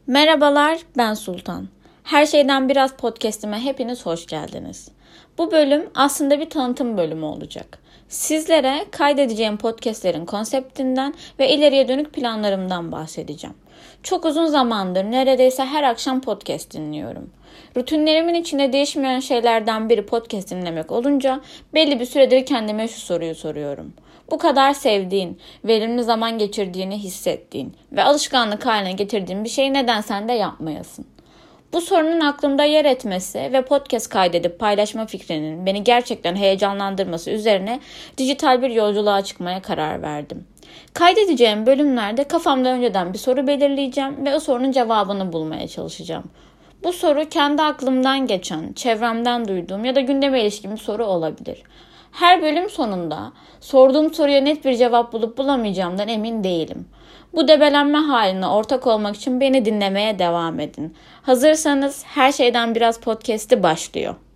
Merhabalar, ben Sultan. Her şeyden biraz podcast'ime hepiniz hoş geldiniz. Bu bölüm aslında bir tanıtım bölümü olacak. Sizlere kaydedeceğim podcast'lerin konseptinden ve ileriye dönük planlarımdan bahsedeceğim. Çok uzun zamandır neredeyse her akşam podcast dinliyorum. Rutinlerimin içinde değişmeyen şeylerden biri podcast dinlemek olunca belli bir süredir kendime şu soruyu soruyorum. Bu kadar sevdiğin, verimli zaman geçirdiğini hissettiğin ve alışkanlık haline getirdiğin bir şeyi neden sen de yapmayasın? Bu sorunun aklımda yer etmesi ve podcast kaydedip paylaşma fikrinin beni gerçekten heyecanlandırması üzerine dijital bir yolculuğa çıkmaya karar verdim. Kaydedeceğim bölümlerde kafamda önceden bir soru belirleyeceğim ve o sorunun cevabını bulmaya çalışacağım. Bu soru kendi aklımdan geçen, çevremden duyduğum ya da gündeme ilişkin bir soru olabilir. Her bölüm sonunda sorduğum soruya net bir cevap bulup bulamayacağımdan emin değilim. Bu debelenme haline ortak olmak için beni dinlemeye devam edin. Hazırsanız her şeyden biraz podcast'i başlıyor.